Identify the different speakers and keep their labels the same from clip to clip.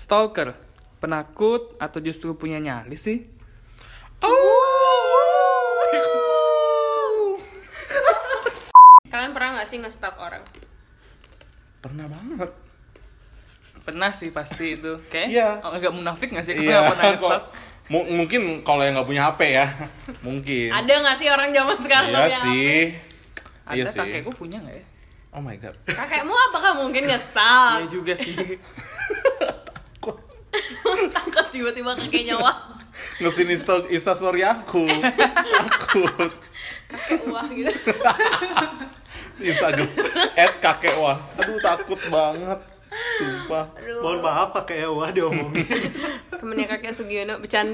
Speaker 1: Stalker, penakut atau justru punya nyali sih?
Speaker 2: Kalian pernah nggak sih nge-stalk orang?
Speaker 3: Pernah banget.
Speaker 1: Pernah sih pasti itu. Kayak
Speaker 3: Iya.
Speaker 1: agak munafik nggak sih kalau
Speaker 3: Iya.
Speaker 1: nggak pernah nge-stalk?
Speaker 3: Mungkin kalau yang nggak punya HP ya, mungkin.
Speaker 2: Ada nggak sih orang zaman sekarang
Speaker 3: Iya
Speaker 2: nggak punya
Speaker 3: sih.
Speaker 1: Ada,
Speaker 3: Iya sih.
Speaker 1: kakekku punya nggak ya?
Speaker 3: Oh my god.
Speaker 2: HP? Kakekmu apakah mungkin nge-stalk?
Speaker 1: Iya juga sih.
Speaker 2: Takut tiba-tiba kakeknya wah
Speaker 3: Ngesin instastory aku. Takut.
Speaker 2: kakek wah gitu.
Speaker 3: Instagram @kakek wah. Aduh takut banget. Sumpah.
Speaker 2: Aduh.
Speaker 4: Mohon maaf kakek wah diomongin.
Speaker 2: Temennya kakek Sugiono bercanda.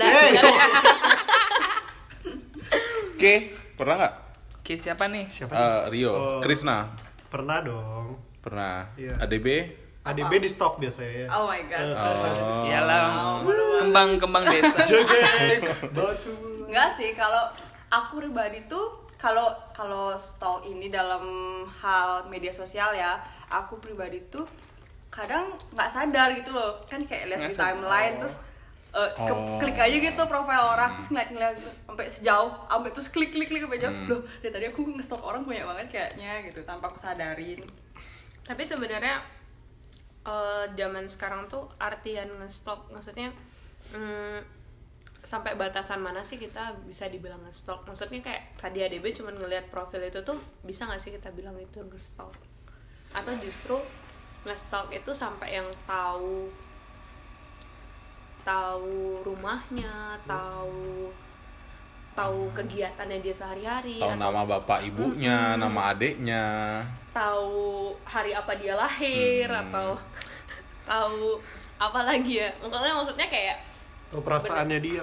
Speaker 3: Oke, pernah nggak?
Speaker 1: Oke, siapa nih?
Speaker 4: Siapa?
Speaker 3: Rio,
Speaker 4: Oh.
Speaker 3: Krisna.
Speaker 4: Pernah dong.
Speaker 3: Pernah.
Speaker 4: Iya.
Speaker 3: ADB.
Speaker 4: ADB di stok biasanya.
Speaker 2: Oh my god.
Speaker 3: Oh.
Speaker 1: Sialah, kembang desa.
Speaker 4: Jegek, batu.
Speaker 2: Enggak sih, kalau aku pribadi tuh kalau stalk ini dalam hal media sosial ya, aku pribadi tuh kadang nggak sadar gitu loh, kan kayak lihat
Speaker 1: Nggak
Speaker 2: di
Speaker 1: sadar.
Speaker 2: timeline terus klik aja gitu profil orang terus ngeliat gitu sampai sejauh sampai terus klik sampai jauh loh dari tadi aku nge-stalk orang banyak banget kayaknya gitu tanpa aku sadarin. Tapi sebenarnya zaman sekarang tuh artian nge-stalk maksudnya sampai batasan mana sih kita bisa dibilang nge-stalk? Maksudnya kayak tadi ADB cuma ngelihat profil itu tuh bisa nggak sih kita bilang itu nge-stalk? Atau justru nge-stalk itu sampai yang tahu rumahnya, tahu kegiatannya dia sehari-hari,
Speaker 3: Tahu
Speaker 2: atau
Speaker 3: nama bapak ibunya, nama adeknya.
Speaker 2: tahu hari apa dia lahir atau tahu apa lagi ya? Maksudnya kayak
Speaker 4: Tuh perasaannya dia.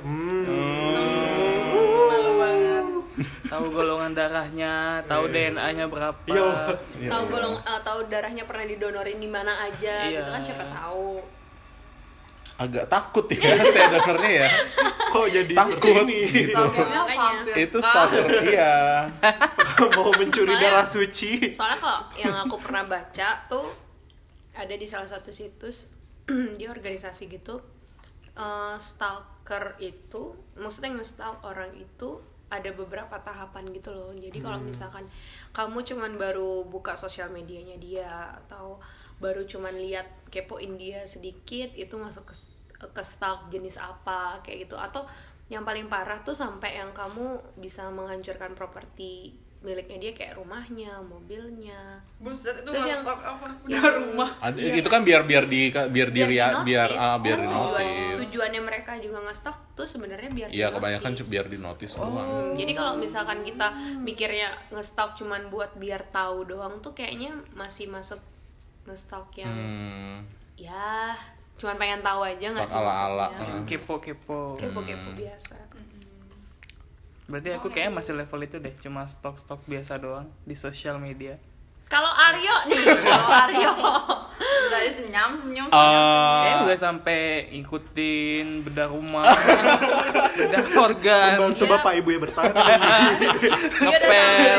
Speaker 2: malu banget.
Speaker 1: Tahu golongan darahnya, tahu DNA-nya berapa.
Speaker 4: Iya.
Speaker 2: Tahu darahnya pernah didonorin di mana aja
Speaker 1: Iya.
Speaker 2: gitu kan siapa tahu.
Speaker 3: Agak takut ya saya dengernya ya.
Speaker 4: Kok jadi
Speaker 3: Takut
Speaker 4: seperti ini?
Speaker 3: gitu.
Speaker 2: Makanya.
Speaker 3: Itu stalker, iya.
Speaker 4: Mau mencuri
Speaker 2: Soalnya-
Speaker 4: darah suci.
Speaker 2: Soalnya kalau yang aku pernah baca tuh ada di salah satu situs dia organisasi gitu, stalker itu maksudnya nge-stalk orang itu ada beberapa tahapan gitu loh. Jadi kalau misalkan kamu cuman baru buka sosial medianya dia atau baru cuman lihat kepoin dia sedikit, itu masuk ke stalk jenis apa kayak gitu. Atau yang paling parah tuh sampai yang kamu bisa menghancurkan properti miliknya dia kayak rumahnya, mobilnya.
Speaker 5: Buset, itu
Speaker 2: Terus yang-
Speaker 5: apa?
Speaker 2: yang-
Speaker 5: Udah rumah.
Speaker 3: Itu kan biar dilihat, biar di notice.
Speaker 2: Tujuannya mereka juga nge-stalk tuh sebenarnya biar
Speaker 3: Iya,
Speaker 2: di
Speaker 3: kebanyakan
Speaker 2: notice.
Speaker 3: biar di notice doang.
Speaker 2: Jadi kalau misalkan kita mikirnya nge-stalk cuman buat biar tahu doang tuh kayaknya masih masuk nge-stalk yang ya cuman pengen tahu aja nggak sih
Speaker 3: Stalk ala-ala.
Speaker 2: maksudnya.
Speaker 1: Kepo.
Speaker 2: Kepo-kepo biasa.
Speaker 1: Berarti aku kayaknya masih level itu deh, cuma stok biasa doang di sosial media.
Speaker 2: Kalau Aryo nih,
Speaker 5: Dari senyum.
Speaker 1: Kayaknya udah sampai ikutin bedah rumah, bedah organ,
Speaker 4: Bantu bapak ibu ya bertani.
Speaker 2: dia udah
Speaker 1: ngepel.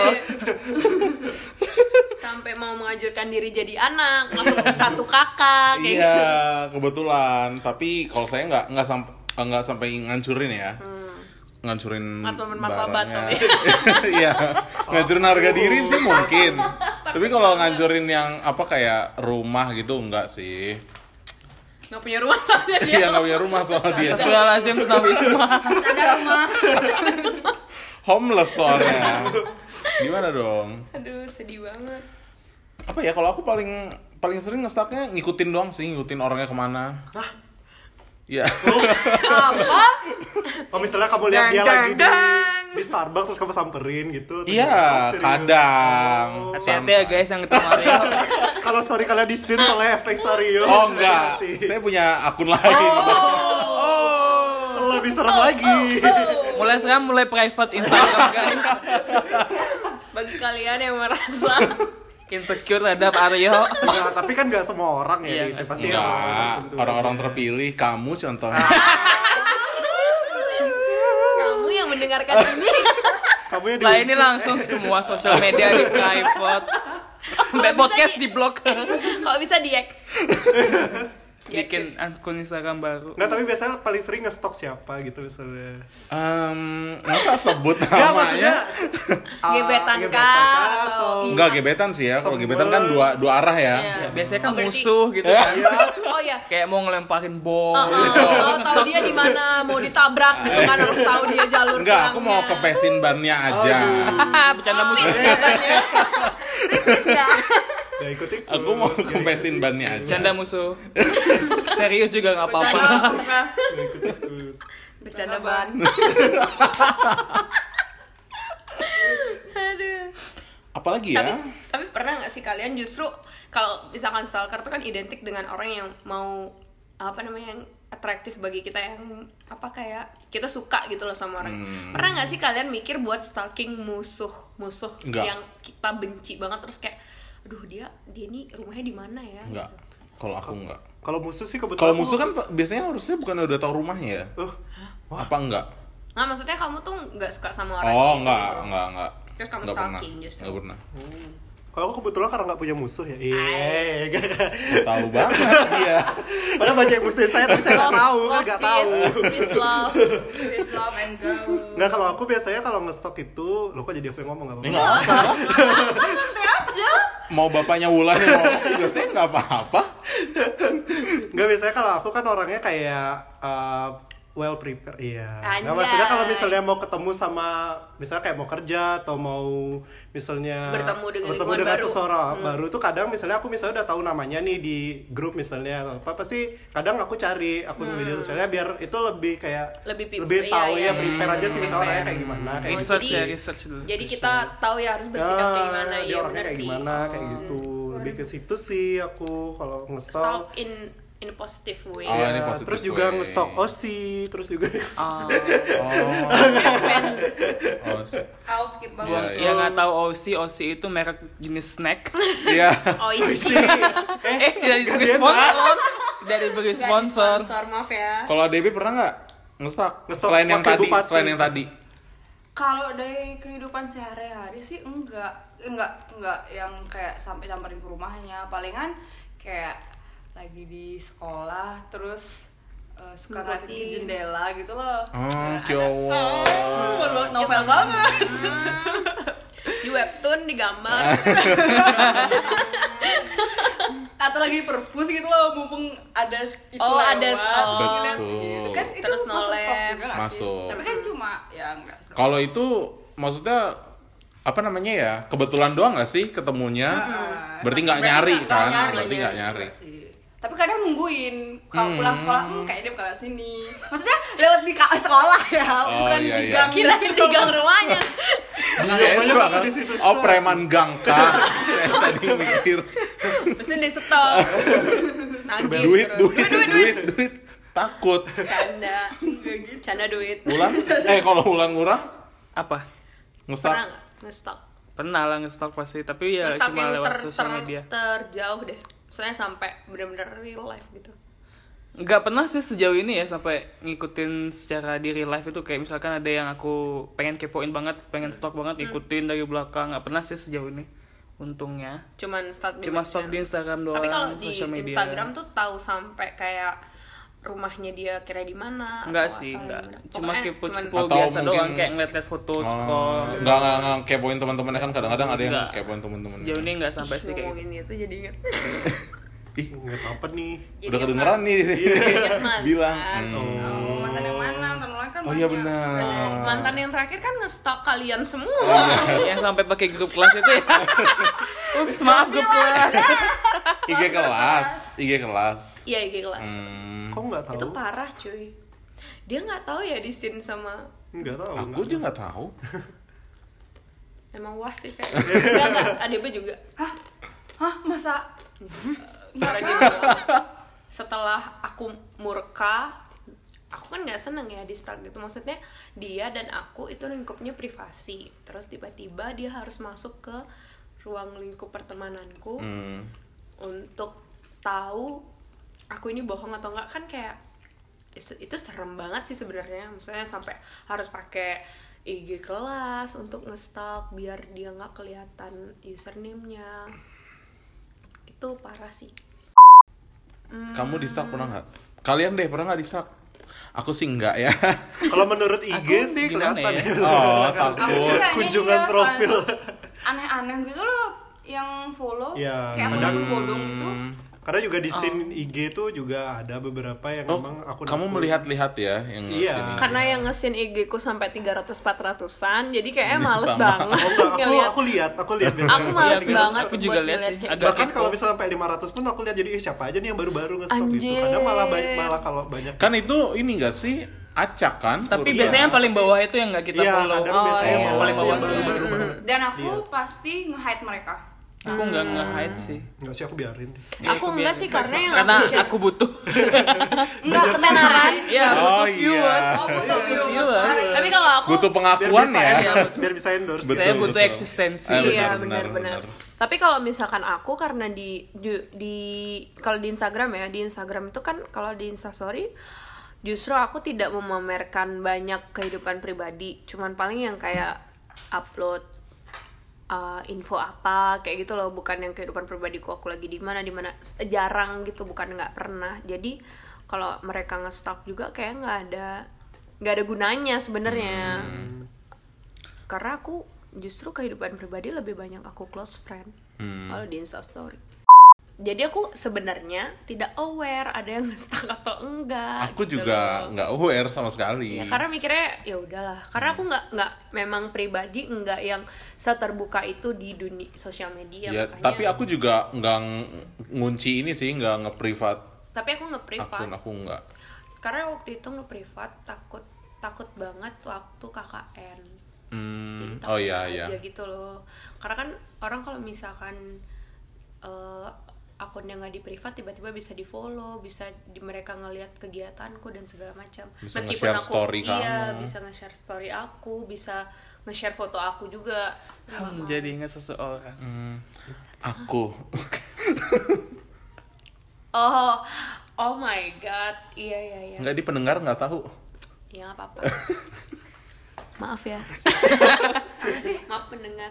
Speaker 2: sampai mau mengajurkan diri jadi anak, masuk satu kakak kayak
Speaker 3: Iya, kebetulan. Tapi kalau saya nggak sampai ngancurin ya. Ngancurin
Speaker 2: Martabat
Speaker 3: barangnya.
Speaker 2: tapi.
Speaker 3: Iya, ngancurin harga diri sih mungkin. Tapi kalau ngancurin yang apa kayak rumah gitu enggak sih.
Speaker 2: nggak punya rumah soalnya dia.
Speaker 3: Iya, nggak punya rumah soalnya dia.
Speaker 1: Astagfirullahaladzim tentang Wisma.
Speaker 5: Ada rumah.
Speaker 3: Homeless soalnya. Gimana dong?
Speaker 2: Aduh sedih banget.
Speaker 3: Apa ya, kalau aku paling sering nge-stalknya ngikutin doang sih, ngikutin orangnya kemana. Hah? Iya.
Speaker 5: Apa?
Speaker 4: Oh misalnya kamu lihat dia
Speaker 2: Dang,
Speaker 4: lagi
Speaker 2: dang.
Speaker 4: di Starbucks terus kamu samperin gitu. terus
Speaker 3: Iya,
Speaker 4: oh, serius.
Speaker 3: kadang.
Speaker 4: Oh.
Speaker 1: Hati-hati ya guys yang ketemu Aryo.
Speaker 4: Kalau story kalian di scene soalnya efek serius.
Speaker 3: Oh enggak, saya punya akun lain.
Speaker 4: Lebih serem lagi.
Speaker 1: Mulai sekarang mulai private Instagram guys.
Speaker 2: Bagi kalian yang merasa
Speaker 1: Insecure terhadap Aryo.
Speaker 4: Nah, tapi kan nggak semua orang ya
Speaker 1: Iya,
Speaker 4: gitu.
Speaker 1: nggak
Speaker 4: Pasti
Speaker 3: Enggak,
Speaker 4: tertentu
Speaker 3: orang-orang
Speaker 4: aja.
Speaker 3: terpilih, kamu contohnya.
Speaker 2: kamu yang mendengarkan ini
Speaker 4: Kamu yang
Speaker 1: Setelah ini langsung semua sosial media di private. Sampai
Speaker 2: bisa
Speaker 1: podcast
Speaker 2: di-
Speaker 1: di blog.
Speaker 2: kalau bisa diek
Speaker 1: bikin akun Instagram baru.
Speaker 4: Nggak, tapi biasanya paling sering nge-stalk siapa gitu misalnya.
Speaker 3: Masa sebut
Speaker 4: Nggak,
Speaker 3: namanya?
Speaker 4: maksudnya
Speaker 2: Gebetan
Speaker 4: gebetan
Speaker 2: kah?
Speaker 4: kah,
Speaker 2: Atau
Speaker 3: Enggak gebetan sih ya. Kalau
Speaker 4: Temen.
Speaker 3: gebetan kan dua arah ya.
Speaker 2: Iya.
Speaker 1: Ya, biasanya kan
Speaker 2: Oh, berarti-
Speaker 1: musuh gitu
Speaker 3: Ya.
Speaker 1: kan.
Speaker 2: Oh ya.
Speaker 1: Kayak mau ngelemparin bom.
Speaker 2: Tahu dia di mana mau ditabrak gitu kan, harus tahu dia jalur
Speaker 3: Enggak, aku mau
Speaker 2: pulangnya.
Speaker 3: kepesin bannya aja.
Speaker 1: Bercanda musuh.
Speaker 2: Tipis ya.
Speaker 4: Ya ikut-ikut.
Speaker 3: Aku mau kepesin bannya aja.
Speaker 1: Bercanda musuh. Serius juga nggak apa-apa.
Speaker 4: Ikut-ikut.
Speaker 2: Bercanda ban. Aduh.
Speaker 3: Apalagi ya?
Speaker 2: Tapi pernah nggak sih kalian justru kalau misalkan stalker itu kan identik dengan orang yang mau apa namanya, yang atraktif bagi kita, yang apa kayak kita suka gitu loh sama orang. Pernah nggak sih kalian mikir buat stalking musuh
Speaker 3: Nggak.
Speaker 2: yang kita benci banget, terus kayak aduh dia nih rumahnya di mana ya?
Speaker 3: Enggak. Kalau aku enggak.
Speaker 4: Kalau musuh sih kebetulan.
Speaker 3: Kalau musuh kan biasanya harusnya bukan udah tahu rumahnya ya? Apa enggak?
Speaker 2: Nah, maksudnya kamu tuh nggak suka sama orang
Speaker 3: Oh,
Speaker 2: itu,
Speaker 3: enggak,
Speaker 2: gitu.
Speaker 3: enggak.
Speaker 2: Terus kamu
Speaker 3: Enggak pernah.
Speaker 2: stalking justru.
Speaker 3: Enggak pernah.
Speaker 4: Kalau aku kebetulan karena nggak punya musuh ya. Iya.
Speaker 3: Tahu banget dia.
Speaker 4: Padahal banyak yang musuhin saya tapi saya nggak tahu, kan nggak tahu.
Speaker 2: Peace love.
Speaker 5: Peace, love, and go.
Speaker 4: Nggak, kalau aku biasanya kalau nge-stalk itu, lo kok jadi aku yang ngomong nggak apa-apa?
Speaker 3: Enggak apa-apa.
Speaker 5: Santai aja.
Speaker 3: Mau bapaknya Wulan yang ngomong juga saya enggak apa-apa.
Speaker 4: Nggak, biasanya kalau aku kan orangnya kayak well prepared, iya. Nggak,
Speaker 2: Anjay.
Speaker 4: maksudnya kalau misalnya mau ketemu sama, misalnya kayak mau kerja atau mau misalnya
Speaker 2: Bertemu dengan lingkungan baru.
Speaker 4: seseorang baru tuh kadang misalnya aku misalnya udah tahu namanya nih di grup misalnya apa, pasti kadang aku cari akun media sosialnya biar itu lebih kayak
Speaker 2: Lebih
Speaker 4: tahu
Speaker 2: iya,
Speaker 4: ya,
Speaker 2: iya.
Speaker 4: prepare aja sih misalnya
Speaker 2: Prepare.
Speaker 4: orangnya kayak gimana kayak gitu.
Speaker 1: Research
Speaker 2: Jadi-
Speaker 1: ya, research dulu.
Speaker 2: Jadi kita tahu ya harus bersikap kayak gimana,
Speaker 4: dia
Speaker 2: ya
Speaker 4: orangnya
Speaker 2: benar
Speaker 4: kayak
Speaker 2: sih.
Speaker 4: gimana kayak gitu, lebih ke situ sih aku kalau nge-stalk.
Speaker 2: Stalk in a positive way.
Speaker 3: Oh, ini
Speaker 4: Ya,
Speaker 3: positive
Speaker 4: terus juga
Speaker 3: way.
Speaker 4: nge-stalk OSI, terus juga
Speaker 1: Oh,
Speaker 2: Fan.
Speaker 3: Oh,
Speaker 5: I'll skip
Speaker 1: buat
Speaker 5: banget.
Speaker 1: yang nggak tahu OC itu merek jenis snack.
Speaker 3: iya.
Speaker 2: Oh iya.
Speaker 1: Tidak diberi sponsor. Tidak diberi
Speaker 2: Nggak
Speaker 1: sponsor.
Speaker 2: disponsor, maaf ya.
Speaker 3: Kalau DB pernah nggak nge-stalk?
Speaker 4: Nge-stalk
Speaker 3: Selain yang
Speaker 4: wakil
Speaker 3: tadi,
Speaker 4: bupati.
Speaker 3: selain yang tadi.
Speaker 5: Kalau dari kehidupan sehari-hari sih enggak yang kayak sampai nyamperin ke rumahnya. Palingan kayak lagi di sekolah terus suka ngeliatin ke
Speaker 2: Ngikutin.
Speaker 5: jendela gitu loh.
Speaker 3: Oh,
Speaker 5: Ada-
Speaker 3: cowok.
Speaker 5: novel banget.
Speaker 2: Di webtoon digambar.
Speaker 5: Atau lagi di perpus gitu loh, mumpung ada itu
Speaker 2: Oh,
Speaker 5: lewat,
Speaker 2: ada stop.
Speaker 5: terus ngeliat
Speaker 3: Betul.
Speaker 5: gitu kan, itu
Speaker 2: Terus
Speaker 5: masuk
Speaker 2: noleh.
Speaker 5: stok juga nggak sih?
Speaker 3: Masuk.
Speaker 5: Tapi kan cuma ya enggak.
Speaker 3: Kalau itu maksudnya apa namanya ya? Kebetulan doang nggak sih ketemunya? Berarti nggak nyari kan? Berarti nggak nyari.
Speaker 5: juga sih. Tapi kadang nungguin kalau pulang sekolah, kayaknya dia bakal sini. Maksudnya lewat di sekolah ya,
Speaker 3: Oh,
Speaker 5: bukan
Speaker 3: iya,
Speaker 5: di
Speaker 3: iya.
Speaker 5: gang.
Speaker 2: Kirain di gang rumahnya.
Speaker 3: Iya, itu bakal. Oh, preman gang kah? Saya tadi mikir.
Speaker 2: Mesti di stop. Nagih
Speaker 3: Duit. Takut.
Speaker 2: Canda. Canda duit.
Speaker 3: Wulan? Kalau Wulan ngurang
Speaker 1: Apa?
Speaker 2: Pernah
Speaker 3: nge-stalk.
Speaker 2: nggak nge-stalk?
Speaker 1: Pernah lah nge-stalk pasti, tapi ya
Speaker 2: Nge-stalk
Speaker 1: cuma
Speaker 2: yang
Speaker 1: lewat sosial media.
Speaker 2: terjauh deh. Misalnya sampai benar-benar real life gitu.
Speaker 1: Nggak pernah sih sejauh ini ya sampai ngikutin secara di real life itu, kayak misalkan ada yang aku pengen kepoin banget, pengen stalk banget, ikutin dari belakang. Nggak pernah sih sejauh ini, untungnya.
Speaker 2: Cuman stalk di
Speaker 1: Cuma
Speaker 2: medsos.
Speaker 1: stalk di Instagram doang.
Speaker 2: Tapi kalau di
Speaker 1: sosial media.
Speaker 2: Instagram tuh tahu sampai kayak rumahnya dia kira di mana?
Speaker 1: Enggak
Speaker 2: atau
Speaker 1: sih,
Speaker 2: asalnya
Speaker 1: enggak.
Speaker 2: di mana.
Speaker 1: Cuma
Speaker 2: Pokoknya
Speaker 1: kepo-kepo
Speaker 3: Atau
Speaker 1: biasa
Speaker 3: mungkin-
Speaker 1: doang, kayak ngeliat-liat foto, scroll.
Speaker 3: Nggak kepoin teman-temannya kan kadang-kadang ada yang
Speaker 1: Nggak.
Speaker 3: kepoin teman-temannya.
Speaker 1: Sejauh ini nggak sampai sih kayak gitu.
Speaker 2: ngomongin itu jadi inget.
Speaker 3: Ih,
Speaker 4: nggak apa nih.
Speaker 3: udah kedengeran nih di sini.
Speaker 2: Ingat mantan.
Speaker 3: Bilang.
Speaker 5: Oh, mantan yang mana? Mantan lo kan
Speaker 3: Oh iya
Speaker 5: banyak.
Speaker 3: benar.
Speaker 2: Mantan yang terakhir kan nge-stalk kalian semua.
Speaker 1: Yang sampai pakai grup kelas itu ya. Ups, maaf grup kelas.
Speaker 3: IG kelas.
Speaker 2: Iya, IG kelas.
Speaker 4: Kok nggak tahu?
Speaker 2: Itu parah cuy. Dia nggak tahu ya di scene sama,
Speaker 4: Nggak tahu.
Speaker 3: Aku aja nggak tahu.
Speaker 2: emang wah sih kayak. Enggak, ADB juga.
Speaker 5: Hah, masa?
Speaker 2: Karena dia bilang, setelah aku murka, aku kan nggak seneng ya di start gitu. Maksudnya dia dan aku itu lingkupnya privasi, terus tiba-tiba dia harus masuk ke ruang lingkup pertemananku untuk tahu aku ini bohong atau enggak. Kan kayak itu serem banget sih sebenarnya. Maksudnya sampai harus pakai IG kelas untuk nge-stalk biar dia nggak kelihatan username-nya. Itu parah sih.
Speaker 3: Kamu di stalk pernah nggak? Kalian deh pernah nggak di stalk? Aku sih enggak ya.
Speaker 4: Kalau menurut IG sih
Speaker 1: gimana
Speaker 4: kelihatan
Speaker 1: ya?
Speaker 4: ya.
Speaker 3: Oh, takut.
Speaker 5: Kayaknya
Speaker 4: Kunjungan
Speaker 5: iya,
Speaker 4: profil.
Speaker 5: soalnya aneh-aneh gitu loh yang follow
Speaker 4: Iya.
Speaker 5: kayak
Speaker 4: Kadang-
Speaker 5: akun bodong gitu.
Speaker 4: Karena juga di scene IG tuh juga ada beberapa yang
Speaker 3: Oh,
Speaker 4: memang akun
Speaker 3: kamu melihat-lihat ya yang
Speaker 4: Iya.
Speaker 3: sini.
Speaker 2: Karena yang nge-scene IG ku sampai 300-400an, jadi kayaknya
Speaker 3: Iya,
Speaker 2: males
Speaker 3: sama.
Speaker 2: banget
Speaker 4: Oh, enggak,
Speaker 2: ngeliat.
Speaker 4: aku lihat biasanya.
Speaker 2: Aku males
Speaker 1: Iya,
Speaker 2: banget
Speaker 1: aku juga
Speaker 2: buat
Speaker 1: lihat
Speaker 2: ngeliat
Speaker 1: sih,
Speaker 2: kayak
Speaker 1: agak
Speaker 4: Bahkan
Speaker 1: kepo.
Speaker 4: kalau misalnya sampai 500 pun aku lihat jadi siapa aja nih yang baru-baru nge-stop itu.
Speaker 2: Anjir.
Speaker 4: Kadang malah kalau banyak.
Speaker 3: Kan itu ini enggak sih? Acak kan?
Speaker 1: Tapi
Speaker 4: Iya.
Speaker 1: biasanya yang paling bawah itu yang nggak kita
Speaker 4: Iya,
Speaker 1: follow.
Speaker 4: kadang biasanya
Speaker 2: iya.
Speaker 4: yang
Speaker 1: Paling bawah
Speaker 4: yang
Speaker 1: tuh.
Speaker 4: baru-baru banget.
Speaker 5: Dan aku
Speaker 4: Iya.
Speaker 5: pasti nge-hide mereka.
Speaker 1: Aku nggak nge-hide sih.
Speaker 4: Enggak sih, aku biarin.
Speaker 2: Aku enggak sih, karena yang
Speaker 1: Karena
Speaker 2: aku share
Speaker 1: aku butuh.
Speaker 2: enggak ketenaran.
Speaker 1: Ya,
Speaker 3: Oh,
Speaker 1: butuh
Speaker 3: iya.
Speaker 1: viewers.
Speaker 5: Oh, butuh
Speaker 1: viewers.
Speaker 2: Tapi kalau aku
Speaker 3: Butuh pengakuan
Speaker 4: bisa
Speaker 3: ya.
Speaker 4: endorse, biar bisa endorse.
Speaker 3: Betul,
Speaker 1: Saya butuh
Speaker 3: betul.
Speaker 1: eksistensi.
Speaker 2: iya
Speaker 3: benar,
Speaker 2: benar-benar.
Speaker 3: benar.
Speaker 2: Tapi kalau misalkan aku karena kalau di Instagram ya, di Instagram itu kan kalau di Instastory justru aku tidak memamerkan banyak kehidupan pribadi, cuman paling yang kayak upload info apa kayak gitu loh, bukan yang kehidupan pribadiku aku lagi di mana jarang gitu, bukan nggak pernah. Jadi kalau mereka nge-stalk juga kayak nggak ada gunanya sebenarnya. Karena aku justru kehidupan pribadi lebih banyak aku close friend kalau di Instastory. Jadi aku sebenarnya tidak aware ada yang nge-stalk atau enggak.
Speaker 3: Aku
Speaker 2: gitu
Speaker 3: juga
Speaker 2: loh.
Speaker 3: nggak aware sama sekali.
Speaker 2: Ya, karena mikirnya ya udahlah. Karena aku nggak memang pribadi nggak yang seterbuka itu di dunia sosial media.
Speaker 3: Ya,
Speaker 2: makanya.
Speaker 3: tapi aku juga nggak ngunci ini sih, nggak nge-privat
Speaker 2: Tapi aku nge-privat.
Speaker 3: akun aku nggak.
Speaker 2: Karena waktu itu nge-privat takut banget waktu KKN. Jadi
Speaker 3: Oh
Speaker 2: takut
Speaker 3: iya iya.
Speaker 2: aja gitu loh. Karena kan orang kalau misalkan akun yang nggak di privat tiba-tiba bisa di follow, bisa mereka ngelihat kegiatanku dan segala macam.
Speaker 3: Bisa
Speaker 2: Meskipun
Speaker 3: nge-share
Speaker 2: aku
Speaker 3: story
Speaker 2: iya
Speaker 3: kamu.
Speaker 2: bisa nge-share story aku, bisa nge-share foto aku juga. Aku nggak mau.
Speaker 1: Jadi ingat seseorang.
Speaker 3: Aku.
Speaker 2: Oh my god, iya.
Speaker 3: Nggak, di pendengar nggak tahu.
Speaker 2: Ya nggak apa-apa. Maaf ya. Maaf pendengar.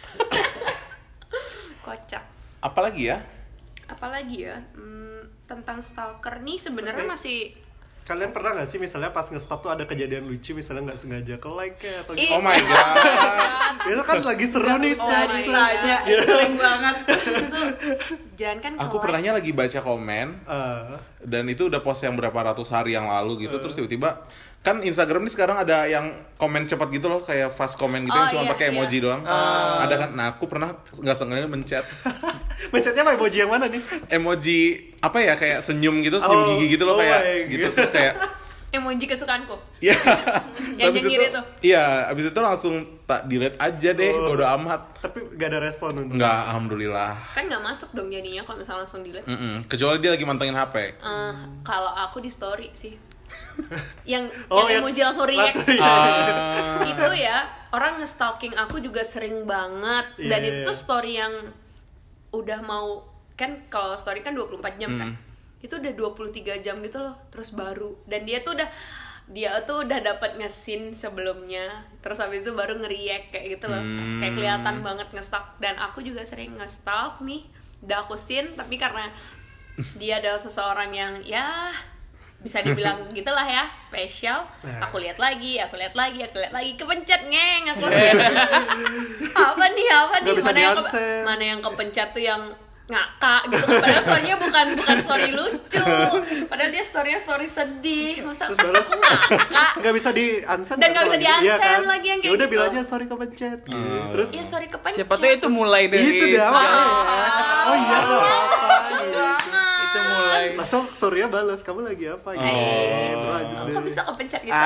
Speaker 2: Kocak.
Speaker 3: Apalagi ya?
Speaker 2: Apalagi ya, tentang stalker nih sebenarnya masih
Speaker 4: Kalian pernah gak sih misalnya pas nge-stop tuh ada kejadian lucu, misalnya nggak sengaja ke like kayak atau
Speaker 2: Ih.
Speaker 3: Oh my god.
Speaker 4: itu kan lagi seru nih
Speaker 2: Oh
Speaker 4: set,
Speaker 2: my
Speaker 4: set.
Speaker 2: God.
Speaker 4: Ya.
Speaker 2: sering banget. Itu jangan kan
Speaker 3: Aku
Speaker 2: ke-like.
Speaker 3: pernahnya lagi baca komen dan itu udah post yang berapa ratus hari yang lalu gitu, terus tiba-tiba kan Instagram ini sekarang ada yang komen cepat gitu loh, kayak fast comment gitu yang
Speaker 2: Oh,
Speaker 3: cuma
Speaker 2: iya,
Speaker 3: pakai
Speaker 2: iya.
Speaker 3: emoji doang. Ada kan? Nah, aku pernah nggak sengaja mencet
Speaker 4: Mencetnya apa emoji yang mana nih?
Speaker 3: emoji apa ya, kayak senyum gitu, senyum
Speaker 4: Oh,
Speaker 3: gigi gitu loh,
Speaker 4: oh
Speaker 3: kayak
Speaker 4: my
Speaker 3: gitu,
Speaker 4: God.
Speaker 3: terus kayak
Speaker 2: Emoji kesukaanku.
Speaker 3: ya.
Speaker 2: Yang
Speaker 3: Habis
Speaker 2: nyengir itu.
Speaker 3: Iya, abis itu langsung tak delete aja deh, bodo amat.
Speaker 4: Tapi gak ada respon untuk.
Speaker 3: Enggak, alhamdulillah.
Speaker 2: Kan nggak masuk dong jadinya kalau misalnya langsung delete.
Speaker 3: Kecuali dia lagi mantengin HP.
Speaker 2: Kalau aku di story sih. yang
Speaker 4: Oh,
Speaker 2: yang
Speaker 4: yang
Speaker 2: emoji langsung react.
Speaker 3: Ah.
Speaker 2: Itu ya, orang nge-stalking aku juga sering banget. Dan
Speaker 4: Iya,
Speaker 2: itu
Speaker 4: iya.
Speaker 2: tuh story yang udah mau, kan kalau story kan 24 jam kan. Itu udah 23 jam gitu loh, terus baru. Dan dia tuh udah dapat nge-scene sebelumnya. Terus habis itu baru nge-react kayak gitu loh. Kayak kelihatan banget nge-stalk. Dan aku juga sering nge-stalk nih. Udah aku scene, tapi karena dia adalah seseorang yang ya bisa dibilang gitulah ya, spesial. Aku lihat lagi, kepencet ngeng, aku lihat. apa nih?
Speaker 4: Nggak bisa di-unsend.
Speaker 2: Mana yang kepencet tuh yang ngakak gitu kan, padahal story-nya bukan story lucu, padahal dia story sedih, masa
Speaker 4: Terus balas
Speaker 2: aku ngakak.
Speaker 4: Nggak bisa di-unsend.
Speaker 2: Dan nggak bisa
Speaker 4: lagi.
Speaker 2: di-unsend
Speaker 4: Iya kan?
Speaker 2: lagi yang kayak
Speaker 4: Ya udah
Speaker 2: gitu.
Speaker 4: bilang aja sorry kepencet. Gitu. Terus
Speaker 2: Iya sorry kepencet.
Speaker 1: Siapa tuh itu mulai dari
Speaker 4: itu dah.
Speaker 1: segala-
Speaker 4: Oh iya nggak apa-apa. Gitu.
Speaker 1: itu mulai.
Speaker 4: Langsung sorry-nya balas, kamu lagi apa? Gitu. Lanjut
Speaker 2: Kok
Speaker 4: deh.
Speaker 2: bisa kepencet gitu?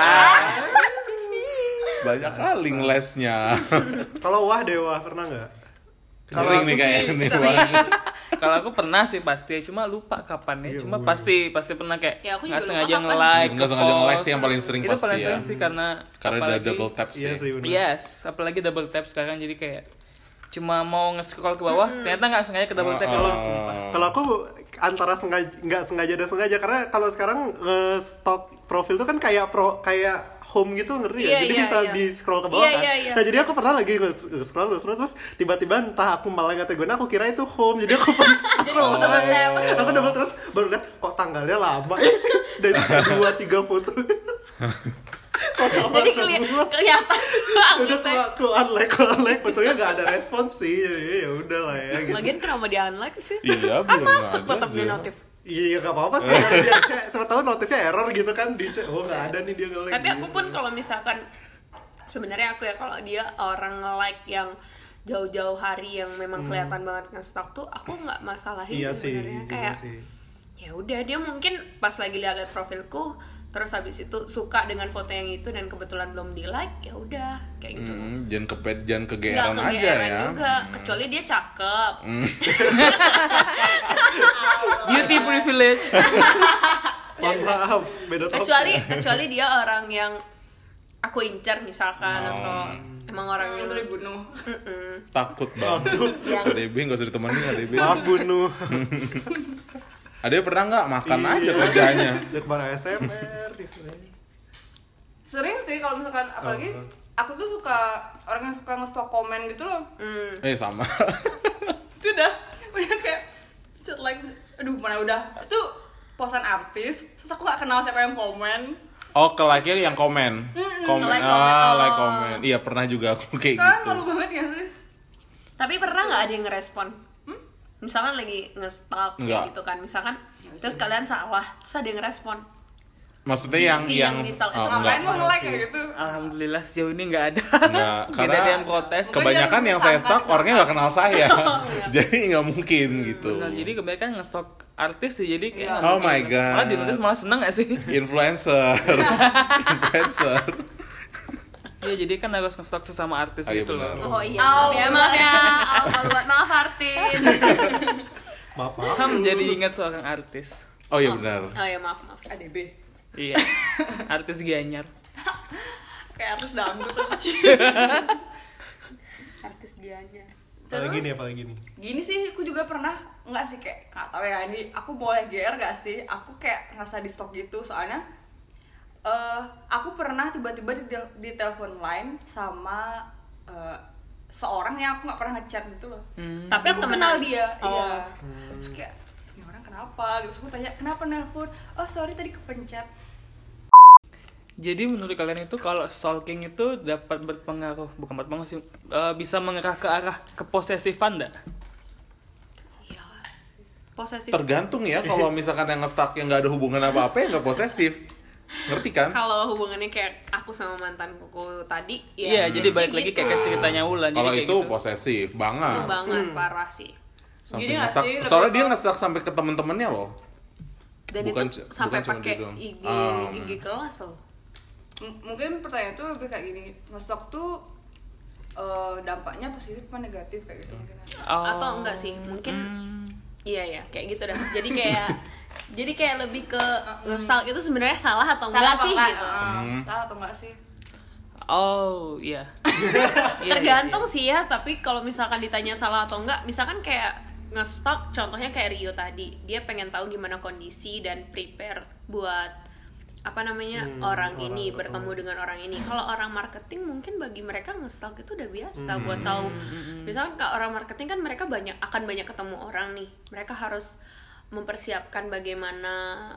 Speaker 3: Banyak kali ngelesnya.
Speaker 4: Kalau wah dewa pernah nggak?
Speaker 3: Sering nih
Speaker 1: aku
Speaker 3: kayaknya
Speaker 1: sih
Speaker 3: nih.
Speaker 1: sering.
Speaker 3: Bang.
Speaker 1: Kalau aku pernah sih pasti, cuma lupa kapan ya. Cuma pasti pernah kayak
Speaker 2: Ya, aku juga
Speaker 1: nggak
Speaker 2: lupa
Speaker 1: sengaja
Speaker 2: kapan.
Speaker 1: nge-like,
Speaker 3: Nggak sengaja
Speaker 1: nge-post.
Speaker 3: nge-like sih yang paling sering
Speaker 1: Itu
Speaker 3: pasti
Speaker 1: paling
Speaker 3: ya.
Speaker 1: sering sih karena
Speaker 3: Karena ada
Speaker 1: apalagi-
Speaker 3: double tap
Speaker 4: Iya
Speaker 3: sih.
Speaker 4: sih benar.
Speaker 1: Yes, apalagi double tap sekarang jadi kayak cuma mau nge-scroll ke bawah, ternyata nggak sengaja ke double tap.
Speaker 4: Kalau aku antara sengaja nggak sengaja dan sengaja, karena kalau sekarang stok profil tuh kan kayak home gitu, ngeri
Speaker 2: Iya,
Speaker 4: ya. Jadi
Speaker 2: iya,
Speaker 4: bisa
Speaker 2: iya.
Speaker 4: di scroll ke bawah
Speaker 2: Iya,
Speaker 4: kan.
Speaker 2: iya, iya.
Speaker 4: Nah, jadi aku pernah lagi scroll terus tiba-tiba entah aku malah nggak teguh, aku kira itu home. Jadi aku aku double terus baru lihat kok tanggalnya lama. Dari 2-3 foto. Kok sama
Speaker 2: Jadi
Speaker 4: semua.
Speaker 2: kelihatan
Speaker 4: Udah
Speaker 2: banget.
Speaker 4: aku unlike fotonya nggak ada respons sih. Jadi ya udah lah ya gitu.
Speaker 2: Lagian kenapa di unlike sih?
Speaker 3: Iya,
Speaker 2: Kan
Speaker 3: biarin
Speaker 2: masuk
Speaker 3: aja,
Speaker 2: tetap di
Speaker 3: aja.
Speaker 2: notif.
Speaker 4: Iya nggak apa-apa sih. Dia cek, siapa tahu notifnya error gitu kan, dicek oh nggak ada nih dia nge-like.
Speaker 2: Tapi aku pun kalau misalkan sebenarnya aku ya kalau dia orang nge-like yang jauh-jauh hari yang memang kelihatan banget nge-stalk tuh aku nggak masalahin
Speaker 4: iya
Speaker 2: sih
Speaker 4: sih,
Speaker 2: sebenarnya
Speaker 4: juga
Speaker 2: kayak
Speaker 4: sih.
Speaker 2: ya udah dia mungkin pas lagi lihat profilku terus habis itu suka dengan foto yang itu dan kebetulan belum di like ya udah kayak gitu.
Speaker 3: Jangan jangan
Speaker 2: Nggak
Speaker 3: kegeeran aja
Speaker 2: kegeeran
Speaker 3: ya.
Speaker 2: juga kecuali dia cakep.
Speaker 1: Beauty privilege.
Speaker 4: Mohon maaf, beda topik.
Speaker 2: kecuali dia orang yang aku incar misalkan atau emang orang yang
Speaker 5: Itu dibunuh.
Speaker 3: Takut banget.
Speaker 2: Yang-
Speaker 3: ADB nggak usah ditemenin ADB.
Speaker 4: Maaf bunuh.
Speaker 3: ADB pernah nggak makan
Speaker 4: Iya.
Speaker 3: aja kerjanya?
Speaker 4: Dia kemana SMR istilahnya.
Speaker 5: Sering sih kalau misalkan apalagi aku tuh suka orang yang suka nge-stalk komen gitu loh.
Speaker 3: Sama.
Speaker 5: Itu udah banyak kayak chat like aduh mana udah itu posan artis terus aku gak kenal siapa yang komen
Speaker 3: Oh, ke like-nya yang komen. Komen.
Speaker 2: Like
Speaker 3: Ah,
Speaker 2: komen.
Speaker 3: like
Speaker 2: Oh.
Speaker 3: komen. Iya, pernah juga aku kayak
Speaker 5: kan
Speaker 3: gitu.
Speaker 5: malu banget gak sih.
Speaker 2: Tapi pernah nggak ada yang ngerespon? Misalkan lagi nge-stalk
Speaker 3: Nggak.
Speaker 2: kayak gitu kan, misalkan terus kalian salah, terus ada yang ngerespon.
Speaker 3: Maksudnya
Speaker 2: Si yang di-stalk itu
Speaker 5: Ngapain mau
Speaker 3: enggak.
Speaker 5: nge-like kayak gitu.
Speaker 1: Alhamdulillah sejauh ini nggak ada.
Speaker 3: Enggak,
Speaker 1: Tidak
Speaker 3: karena
Speaker 1: ada yang protes.
Speaker 3: kebanyakan yang saya stalk orangnya nggak kenal saya.
Speaker 2: iya.
Speaker 3: Jadi nggak mungkin gitu.
Speaker 1: Benar, jadi kebanyakan nge-stalk artis sih, jadi kayak
Speaker 5: Iya.
Speaker 3: Oh my god.
Speaker 1: malah di notice malah seneng gak sih?
Speaker 3: Influencer. Influencer.
Speaker 1: Iya, jadi kan harus nge-stalk sesama artis
Speaker 3: Oh, iya
Speaker 1: gitu
Speaker 3: benar.
Speaker 1: loh.
Speaker 2: Oh iya, maaf ya. Maaf artis.
Speaker 4: Maaf.
Speaker 1: Jadi ingat seorang artis.
Speaker 3: Oh iya benar.
Speaker 2: Oh iya maaf.
Speaker 5: ADB
Speaker 1: Iya. Artis Gianyar.
Speaker 5: kayak artis dangdut aja.
Speaker 2: Artis dianya.
Speaker 4: Apalagi nih.
Speaker 5: Gini sih aku juga pernah nggak sih kayak nggak tahu ya ini aku boleh GR gak sih aku kayak ngerasa di stalk gitu soalnya aku pernah tiba-tiba di telepon line sama seorang yang aku nggak pernah ngechat gitu loh.
Speaker 2: Tapi
Speaker 5: Aku
Speaker 2: temenan
Speaker 5: kenal dia.
Speaker 2: Oh.
Speaker 5: Iya. Terus kayak ini orang kenapa? Terus aku tanya kenapa nelpon? Oh sorry tadi kepencet.
Speaker 1: Jadi menurut kalian itu kalau stalking itu dapat berpengaruh, bukan berpengaruh sih, bisa mengarah ke arah keposesifan enggak?
Speaker 2: Iya. Posesif.
Speaker 3: Tergantung ya, kalau misalkan yang nge-stalk yang nggak ada hubungan apa-apa ya nggak posesif. Ngerti kan?
Speaker 2: Kalau hubungannya kayak aku sama mantanku tadi,
Speaker 1: Iya, jadi balik lagi
Speaker 2: gitu.
Speaker 1: kayak ke ceritanya Wulan.
Speaker 3: Kalau
Speaker 1: jadi
Speaker 3: itu
Speaker 1: kayak gitu.
Speaker 3: posesif
Speaker 2: Itu
Speaker 3: banget.
Speaker 2: banget parah sih.
Speaker 3: Sampai
Speaker 5: Jadi nggak
Speaker 3: nge-stalk.
Speaker 5: sih, lebih
Speaker 3: Soalnya dia
Speaker 5: ke-
Speaker 3: nge-stalk sampai ke temen-temennya loh.
Speaker 2: Dan
Speaker 3: Bukan
Speaker 2: itu
Speaker 3: c-
Speaker 2: sampai
Speaker 3: bukan cuma
Speaker 2: pakai
Speaker 3: dia doang.
Speaker 2: IG kelas loh.
Speaker 5: Mungkin pertanyaan itu lebih kayak gini, nge-stalk tuh dampaknya positif apa negatif kayak gitu mungkin.
Speaker 1: Oh.
Speaker 2: Atau enggak sih? Mungkin iya ya, kayak gitu dah. Jadi kayak lebih ke nge-stalk itu sebenarnya salah atau enggak
Speaker 5: apa
Speaker 2: sih
Speaker 5: enggak?
Speaker 2: gitu.
Speaker 5: Salah atau enggak sih?
Speaker 1: Oh, iya. Iya,
Speaker 2: Tergantung sih ya, tapi kalau misalkan ditanya salah atau enggak, misalkan kayak nge-stalk contohnya kayak Rio tadi, dia pengen tahu gimana kondisi dan prepare buat apa namanya orang ini bertemu dengan orang ini. Kalau orang marketing mungkin bagi mereka nge-stalk itu udah biasa buat tahu. Misalkan kalau orang marketing kan mereka akan banyak ketemu orang nih. Mereka harus mempersiapkan bagaimana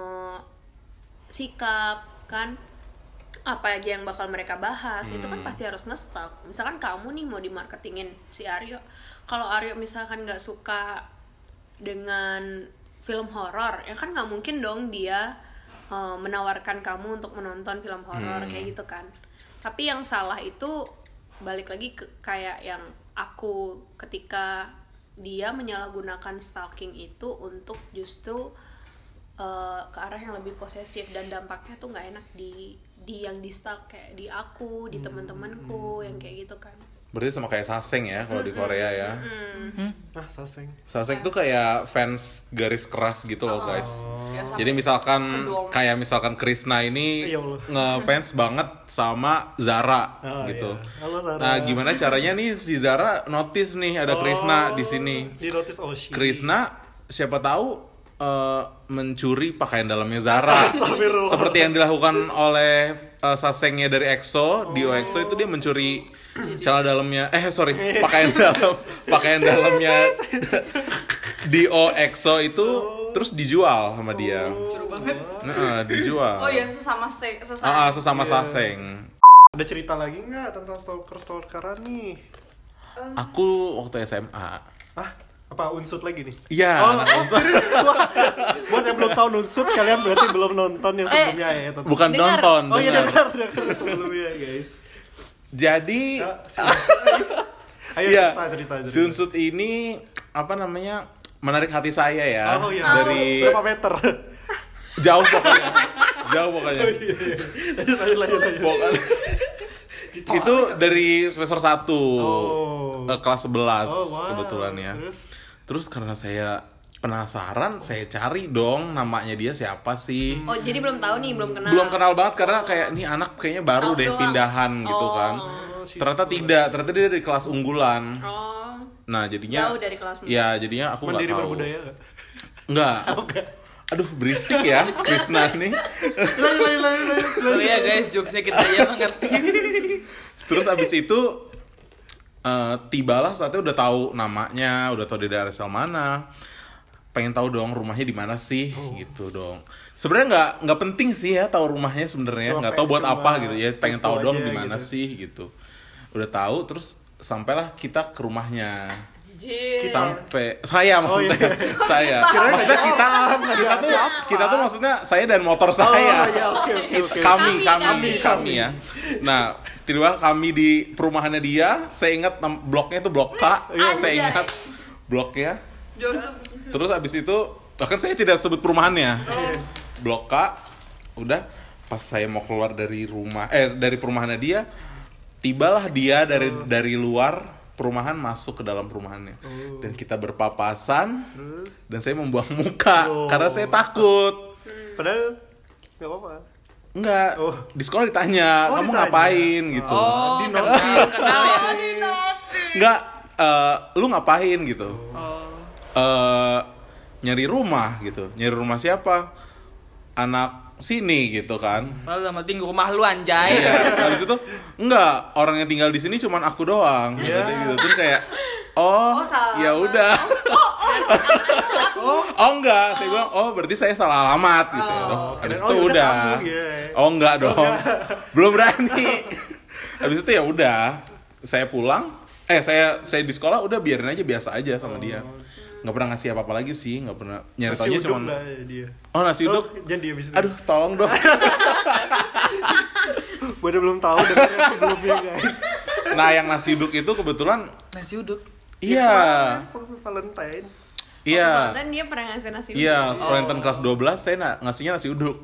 Speaker 2: sikap kan, apa aja yang bakal mereka bahas. Itu kan pasti harus nge-stalk. Misalkan kamu nih mau dimarketingin si Aryo, kalau Aryo misalkan nggak suka dengan film horor, ya kan nggak mungkin dong dia menawarkan kamu untuk menonton film horor kayak gitu kan. Tapi yang salah itu balik lagi ke kayak yang aku ketika dia menyalahgunakan stalking itu untuk justru ke arah yang lebih posesif dan dampaknya tuh nggak enak di yang di stalk kayak di aku, di teman-temanku yang kayak gitu kan.
Speaker 3: Berarti sama kayak Saseng ya kalau di Korea ya.
Speaker 4: Ah, Saseng.
Speaker 3: Saseng tuh kayak fans garis keras gitu loh guys.
Speaker 5: Ya, sampai
Speaker 3: Jadi misalkan
Speaker 5: kedong.
Speaker 3: kayak misalkan Krishna ini
Speaker 4: Ya Allah.
Speaker 3: ngefans banget sama Zara
Speaker 4: Oh,
Speaker 3: gitu.
Speaker 4: iya. Halo, Zara.
Speaker 3: Nah, gimana caranya nih si Zara notice nih ada Krishna di sini.
Speaker 4: Di notice Oshi.
Speaker 3: Krishna siapa tahu mencuri pakaian dalamnya Zara.
Speaker 4: Astagfirullah.
Speaker 3: Seperti yang dilakukan oleh Sasengnya dari EXO, Dio EXO itu dia mencuri celana dalamnya, pakaian dalamnya Dio EXO itu terus dijual sama dia.
Speaker 5: Seru banget.
Speaker 3: Nah, dijual.
Speaker 5: Oh iya,
Speaker 3: Sesama Saseng.
Speaker 4: Ada cerita lagi nggak tentang stalkeran nih?
Speaker 3: Aku waktu SMA.
Speaker 4: Ah, apa unsut lagi nih?
Speaker 3: Iya, anak unsut.
Speaker 4: Buat yang belum tahu unsut, kalian berarti belum nonton yang sebelumnya ya. Tonton.
Speaker 3: Bukan
Speaker 2: Dengar.
Speaker 3: nonton.
Speaker 4: Oh iya,
Speaker 3: dengar.
Speaker 4: dengar sebelumnya guys.
Speaker 3: Jadi
Speaker 4: Ayo
Speaker 3: iya,
Speaker 4: cerita.
Speaker 3: si unsut ini apa namanya menarik hati saya ya.
Speaker 4: Oh iya.
Speaker 3: Dari
Speaker 4: berapa meter?
Speaker 3: jauh pokoknya.
Speaker 4: Lanjut.
Speaker 3: Pokoknya. Itu dari semester 1 kelas 11
Speaker 4: wow.
Speaker 3: kebetulan ya. Terus karena saya penasaran, saya cari dong namanya dia siapa sih.
Speaker 2: Oh, jadi belum tahu nih, belum kenal.
Speaker 3: Belum kenal banget karena kayak nih anak kayaknya baru
Speaker 2: Tahu
Speaker 3: deh
Speaker 2: doang.
Speaker 3: pindahan gitu kan. Ternyata tidak, ternyata dia dari kelas unggulan.
Speaker 2: Oh.
Speaker 3: Nah, jadinya
Speaker 2: Jauh dari kelas.
Speaker 3: ya jadinya aku nggak
Speaker 4: Mandiri
Speaker 3: tahu.
Speaker 4: berbudaya nggak?
Speaker 3: Enggak. Aduh, berisik ya Krisna nih.
Speaker 1: Sorry ya guys, jokesnya kita aja mengerti.
Speaker 3: Terus abis itu tibalah saatnya udah tahu namanya, udah tahu dia dari asal mana. Pengen tahu dong rumahnya di mana sih gitu dong. Sebenarnya nggak penting sih ya tahu rumahnya sebenarnya, nggak tahu buat apa gitu ya. Pengen tahu dong di mana sih gitu. Udah tahu terus sampailah kita ke rumahnya. Sampai saya maksudnya saya maksudnya kita tuh maksudnya saya dan motor saya.
Speaker 4: Oke.
Speaker 3: Kami ya. Nah, tiba-tiba kami di perumahannya dia, saya ingat bloknya itu blok K. Saya ingat bloknya. Terus abis itu bahkan saya tidak sebut perumahannya. Blok K. Udah pas saya mau keluar dari dari perumahannya dia, tibalah dia dari luar perumahan masuk ke dalam perumahannya. Dan kita berpapasan. Dan saya membuang muka karena saya takut.
Speaker 4: Padahal nggak apa-apa.
Speaker 3: Enggak. Di sekolah ditanya, kamu ngapain gitu.
Speaker 1: Oh,
Speaker 4: Di
Speaker 1: kenal ya.
Speaker 3: Enggak, lu ngapain gitu. Nyari rumah gitu. Nyari rumah siapa? Anak sini gitu kan.
Speaker 1: Malah mati rumah lu anjay.
Speaker 3: Iya, habis itu enggak, orang yang tinggal di sini cuman aku doang. Gitu. Terus kayak ya udah. Oh enggak, saya bilang berarti saya salah alamat gitu. Habis itu udah. Oh enggak dong. Belum berani. Habis itu ya udah, saya pulang. Saya di sekolah udah biarin aja biasa aja sama dia. Nggak pernah ngasih apa-apa lagi sih, nggak pernah nyari taunya cuman
Speaker 4: dia.
Speaker 3: Nasi uduk.
Speaker 4: Jangan dia bisa.
Speaker 3: Aduh, tolong dong.
Speaker 4: Udah belum tahu dengerin sebelumnya guys.
Speaker 3: Nah, yang nasi uduk itu kebetulan
Speaker 1: Nasi uduk.
Speaker 3: iya.
Speaker 4: Valentine.
Speaker 3: Iya.
Speaker 2: Dan dia pernah ngasih nasi uduk.
Speaker 3: Iya, Valentine kelas 12 saya ngasihnya nasi uduk.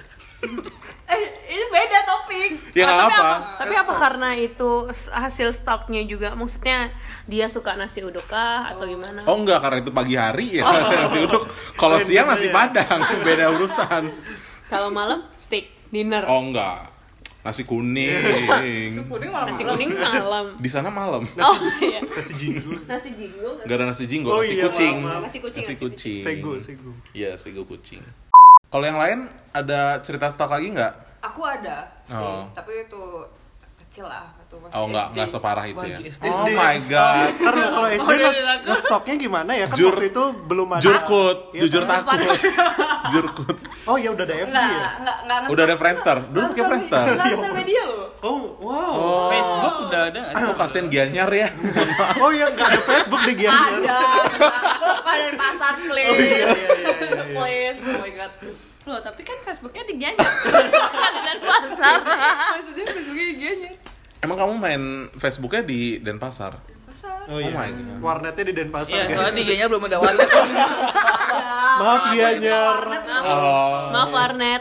Speaker 5: Ini beda topik.
Speaker 3: Ya nggak apa.
Speaker 2: Tapi apa karena itu hasil stoknya juga? Maksudnya dia suka nasi uduk kah atau gimana?
Speaker 3: Oh enggak, karena itu pagi hari ya nasi uduk. Kalau siang nasi padang, beda urusan.
Speaker 2: Kalau malam steak dinner.
Speaker 3: Oh enggak. Nasi kuning.
Speaker 2: Nasi kuning malam.
Speaker 3: Di sana malam.
Speaker 2: Oh iya.
Speaker 4: Nasi jinggu.
Speaker 2: Nasi jinggo.
Speaker 3: Enggak ada nasi jinggo,
Speaker 4: Oh
Speaker 3: nasi
Speaker 4: iya,
Speaker 3: kucing.
Speaker 4: maaf.
Speaker 2: Nasi kucing.
Speaker 3: Nasi kucing.
Speaker 4: Sego.
Speaker 3: Iya, sego kucing. Kalau yang lain ada cerita stok lagi nggak?
Speaker 5: Aku ada sih,
Speaker 3: Oh.
Speaker 5: tapi itu kecil lah itu masih
Speaker 3: Oh
Speaker 5: SD.
Speaker 3: nggak separah itu ya.
Speaker 1: Bagi SD.
Speaker 3: Oh my god.
Speaker 4: Karena kalau SD nge-stoknya gimana ya? Kan waktu itu belum ada.
Speaker 3: Jurkut,
Speaker 4: Iya,
Speaker 3: jujur
Speaker 4: kan?
Speaker 3: takut. Jurkut.
Speaker 4: Oh ya udah ada FB ya?
Speaker 5: Enggak
Speaker 3: Udah ada Friendster. Dulu pakai Friendster.
Speaker 5: Enggak sosial media loh.
Speaker 4: Oh wow.
Speaker 1: Facebook udah ada nggak sih?
Speaker 3: Oh, kasihan Gianyar ya.
Speaker 4: Oh ya nggak ada Facebook di Gianyar.
Speaker 5: Ada. Aku dari pasar please.
Speaker 4: Oh iya.
Speaker 5: Please. Oh my god.
Speaker 2: Loh, tapi kan Facebooknya di Gianyar. Kan ada pasar.
Speaker 5: Maksudnya Facebooknya gini.
Speaker 3: Emang kamu main Facebooknya di Denpasar?
Speaker 5: Pasar.
Speaker 4: Oh iya.
Speaker 3: my God.
Speaker 4: Warnetnya di Denpasar.
Speaker 1: Iya,
Speaker 4: guys.
Speaker 1: soalnya di Gianyar belum ada warnet.
Speaker 4: Maaf Gianyar.
Speaker 2: Maaf warnet.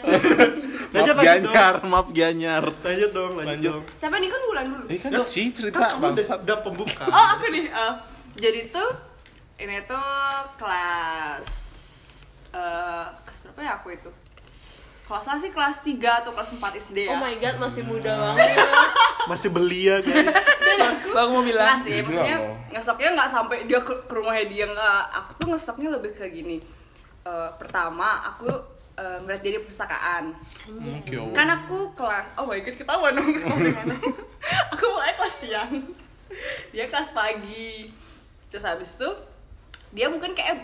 Speaker 3: Maaf Gianyar.
Speaker 4: Lanjut dong.
Speaker 5: Siapa nih kan bulan dulu?
Speaker 3: Kan cerita bangsat.
Speaker 4: Udah pembuka.
Speaker 5: Oh, aku nih. Jadi tuh ini tuh kelas berapa ya aku itu? Kelasnya sih kelas 3 atau kelas 4 SD ya.
Speaker 2: Oh my god, masih muda banget.
Speaker 4: Masih belia guys.
Speaker 1: Bang mau bilang.
Speaker 5: Enggak sih, maksudnya ngesoknya nggak sampai dia ke rumahnya dia, nggak. Aku tuh ngesoknya lebih kayak gini. pertama aku ngeliat dia di perpustakaan.
Speaker 3: Oke.
Speaker 5: Kan aku kelas, oh my god ketahuan dong aku mulai kelas siang, dia kelas pagi. Terus habis itu dia mungkin kayak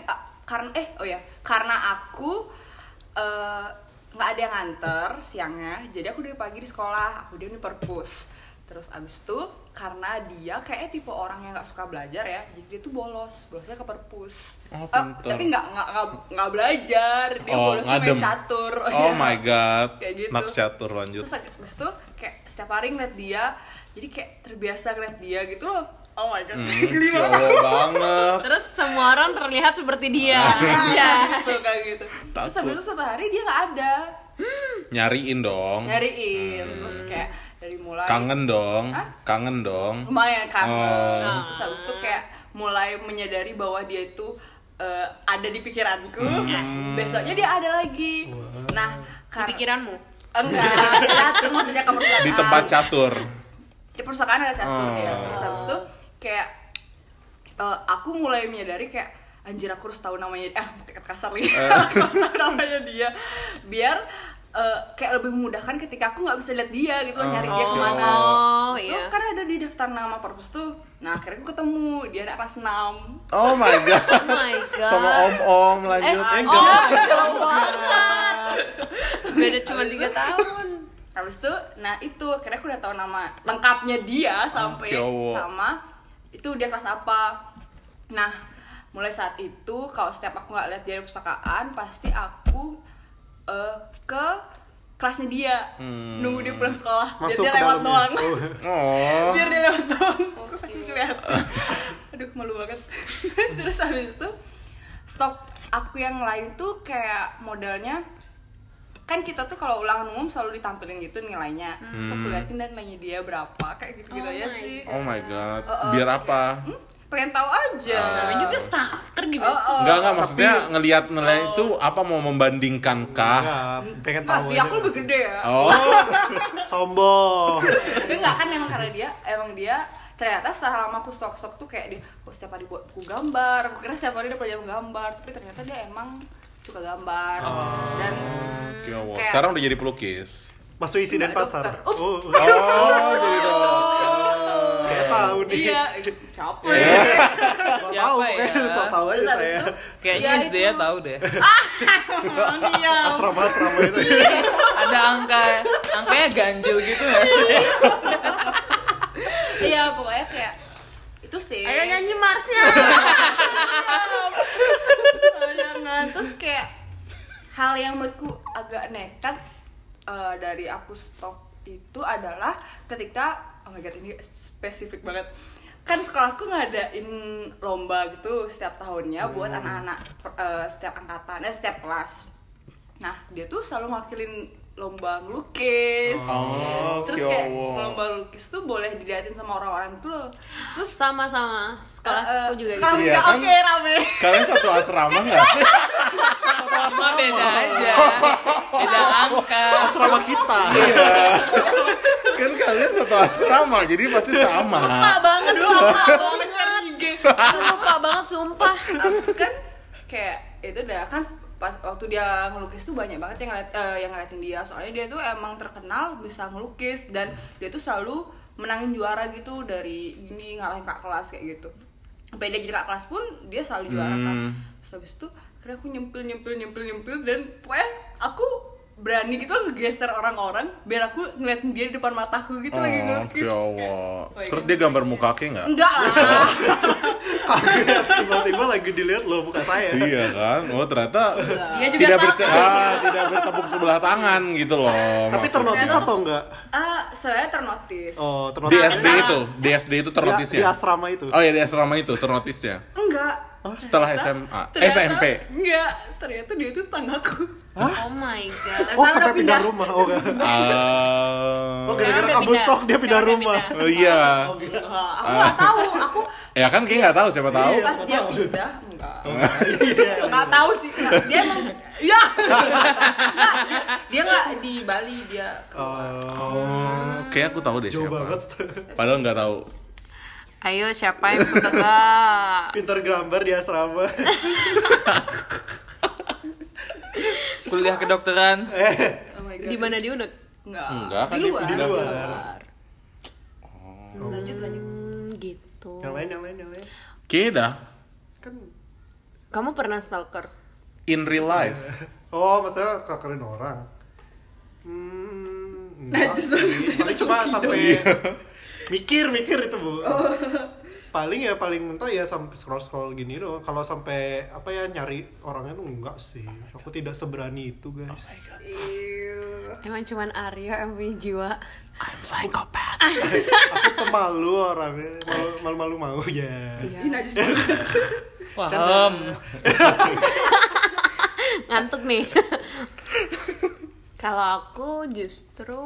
Speaker 5: karena aku nggak ada yang nganter siangnya, jadi aku dari pagi di sekolah, aku dia di perpus. Terus abis itu karena dia kayak tipe orang yang nggak suka belajar ya, jadi dia tuh bolosnya ke perpus. Tapi nggak belajar, dia bolosnya main catur.
Speaker 3: Oh my god,
Speaker 5: kayak gitu.
Speaker 3: Nak catur, lanjut.
Speaker 5: Terus abis itu kayak setiap hari ngeliat dia, jadi kayak terbiasa ngeliat dia gitu loh. Oh my god,
Speaker 3: Cowok banget.
Speaker 2: Terus semua orang terlihat seperti dia.
Speaker 5: Gitu, kayak gitu. Terus habis itu suatu hari dia nggak ada.
Speaker 3: Nyariin dong.
Speaker 5: Terus kayak dari mulai
Speaker 3: Kangen dong.
Speaker 5: Hah?
Speaker 3: Kangen dong.
Speaker 5: lumayan kangen.
Speaker 3: Oh.
Speaker 5: Terus habis itu kayak mulai menyadari bahwa dia itu ada di pikiranku. Besoknya dia ada lagi. Nah,
Speaker 2: Di pikiranmu?
Speaker 5: enggak, maksudnya ke perpustakaan.
Speaker 3: Di tempat catur.
Speaker 5: Di perpustakaan ada catur ya. Terus habis itu kayak aku mulai menyadari kayak anjir aku harus tahu namanya kasar lagi. Aku harus tahu namanya dia biar kayak lebih memudahkan ketika aku nggak bisa lihat dia gitu loh, nyari dia kemana. Terus tuh kan ada di daftar nama perpus tuh. Nah akhirnya aku ketemu dia anak kelas 6.
Speaker 3: Oh my god.
Speaker 2: Oh my god.
Speaker 3: Sama om-om lanjut.
Speaker 2: Jauh banget. Beda cuma 3 tahun.
Speaker 5: Habis itu, nah itu akhirnya aku udah tahu nama lengkapnya dia sampai sama itu dia kelas apa. Nah mulai saat itu kalau setiap aku nggak lihat dia di perpustakaan pasti aku ke kelasnya dia, nunggu dia pulang sekolah.
Speaker 4: Masuk
Speaker 5: biar dia lewat doang.
Speaker 3: Oh.
Speaker 5: Biar dia lewat doang. Terus aku kelihatan. Aduh malu banget. Terus habis itu stok aku yang lain tuh kayak modalnya kan kita tuh kalau ulangan umum selalu ditampilin gitu nilainya. Terus aku liatin dan nilainya dia berapa kayak gitu-gitu aja sih.
Speaker 3: Oh my god. Biar apa?
Speaker 5: Pengen tahu aja.
Speaker 2: Namanya juga stalker gimana sih?
Speaker 3: Enggak, maksudnya ngelihat nilai itu apa, mau membandingkan kah?
Speaker 4: Enggak, pengen tahu.
Speaker 5: Masih aku lebih gede ya.
Speaker 3: Oh.
Speaker 4: Sombong.
Speaker 5: Enggak kan emang karena dia ternyata setelah lama aku stok tuh kayak dia setiap hari buat buku gambar. Aku kira setiap hari dia belajar menggambar, tapi ternyata dia emang suka gambar. Dan
Speaker 3: Kayak,
Speaker 5: kayak-
Speaker 3: sekarang udah jadi pelukis.
Speaker 4: Masuk isi dan
Speaker 5: Enggak,
Speaker 4: pasar.
Speaker 5: dokter. Ups.
Speaker 3: Oh, jadi dokter.
Speaker 4: Kayak tahu nih.
Speaker 5: Iya, capek.
Speaker 4: Mau
Speaker 1: Siapa
Speaker 4: tahu
Speaker 1: ya?
Speaker 4: kan? So tahu aja
Speaker 5: Terus habis
Speaker 4: saya.
Speaker 5: itu,
Speaker 1: Kayaknya
Speaker 5: ya
Speaker 1: SD
Speaker 5: itu.
Speaker 1: ya tahu deh.
Speaker 5: Iya.
Speaker 4: Asrama itu.
Speaker 1: Ada angkanya ganjil gitu ya.
Speaker 5: Iya, pokoknya kayak itu sih.
Speaker 2: Ayo nyanyi Marsnya.
Speaker 5: Jangan. Terus kayak hal yang menurutku agak nekat dari aku stok itu adalah ketika oh my god ini spesifik banget, kan sekolahku ngadain lomba gitu setiap tahunnya buat anak-anak setiap angkatan setiap kelas. Nah dia tuh selalu ngakilin lomba ngelukis. Terus kayak lomba lukis tuh boleh diliatin sama orang-orang tuh loh. Terus
Speaker 2: Sama-sama. Sekolahku juga gitu.
Speaker 5: sekarang
Speaker 3: Iya,
Speaker 5: juga
Speaker 3: kan?
Speaker 5: oke rame.
Speaker 3: Kalian satu asrama nggak sih?
Speaker 1: Cuma beda aja. Beda angka.
Speaker 4: Asrama kita.
Speaker 3: Iya. Kan kalian satu asrama, jadi pasti sama.
Speaker 2: Lupa banget, lupa banget sumpah.
Speaker 5: Abis kan kayak itu udah kan pas waktu dia ngelukis tuh banyak banget yang ngeliatin dia, soalnya dia tuh emang terkenal bisa ngelukis dan dia tuh selalu menangin juara gitu dari ini ngalahin kak kelas kayak gitu. Sampai dia jadi kak kelas pun dia selalu juara kan. Terus habis itu akhirnya aku nyempil dan pokoknya aku berani gitu ngegeser orang-orang biar aku ngeliatin dia di depan mataku gitu lagi ngelukis.
Speaker 3: Ya Allah. Terus dia gambar muka Ake nggak?
Speaker 5: Enggak lah.
Speaker 4: Kaget tiba-tiba lagi dilihat loh muka saya.
Speaker 3: Iya kan? Oh ternyata
Speaker 2: Dia juga
Speaker 3: tidak bertepuk sebelah tangan gitu loh.
Speaker 4: Tapi
Speaker 3: maksudnya.
Speaker 4: ternotis atau enggak?
Speaker 5: Sebenarnya ternotis.
Speaker 4: Oh,
Speaker 3: Di
Speaker 4: ternotis.
Speaker 3: SD itu
Speaker 4: Di
Speaker 3: ternotisnya.
Speaker 4: asrama itu.
Speaker 3: Oh ya, di asrama itu ternotisnya.
Speaker 5: Enggak.
Speaker 3: Setelah SMA,
Speaker 5: Ternyata-
Speaker 3: SMP.
Speaker 5: Enggak, ternyata dia itu tetanggaku.
Speaker 2: Oh my god.
Speaker 4: Oh,
Speaker 5: Sekarang
Speaker 4: sampai
Speaker 5: udah
Speaker 4: pindah
Speaker 5: pindah.
Speaker 4: rumah. Oh, enggak. Oh, gara-gara
Speaker 2: Sekarang udah
Speaker 4: kamu stok dia pindah
Speaker 2: Sekarang udah
Speaker 4: rumah.
Speaker 3: Oh iya.
Speaker 5: Aku nggak tahu, aku
Speaker 3: Ya kan kayak nggak tahu, siapa tahu.
Speaker 5: pas dia pindah nggak tahu sih. Dia emang ya dia nggak di Bali, dia
Speaker 3: Oh, kayak aku tahu deh
Speaker 4: Jauh
Speaker 3: siapa.
Speaker 4: banget.
Speaker 3: Padahal nggak tahu.
Speaker 2: Ayo siapa yang suka?
Speaker 4: Pintar gambar di asrama.
Speaker 1: kuliah kedokteran.
Speaker 5: Oh my God.
Speaker 2: Di mana di UNED?
Speaker 3: Enggak kan
Speaker 5: Di luar.
Speaker 4: Di luar.
Speaker 5: Lanjut.
Speaker 2: Gitu.
Speaker 4: Yang lain.
Speaker 3: Keda
Speaker 4: Kan
Speaker 2: Kamu pernah stalker?
Speaker 3: in real life.
Speaker 4: oh, masalah kakerin orang. Enggak sih. Paling cuma sampai mikir itu, Bu. Paling mentok ya sampai scroll gini loh. Kalau sampai apa ya nyari orangnya tuh enggak sih. Aku tidak seberani itu, guys.
Speaker 2: Emang cuman Aryo yang punya jiwa.
Speaker 3: I'm psychopath.
Speaker 4: Aku pemalu orangnya. Malu mau ya.
Speaker 5: Ini najis.
Speaker 1: Paham.
Speaker 2: Ngantuk nih. Kalau aku justru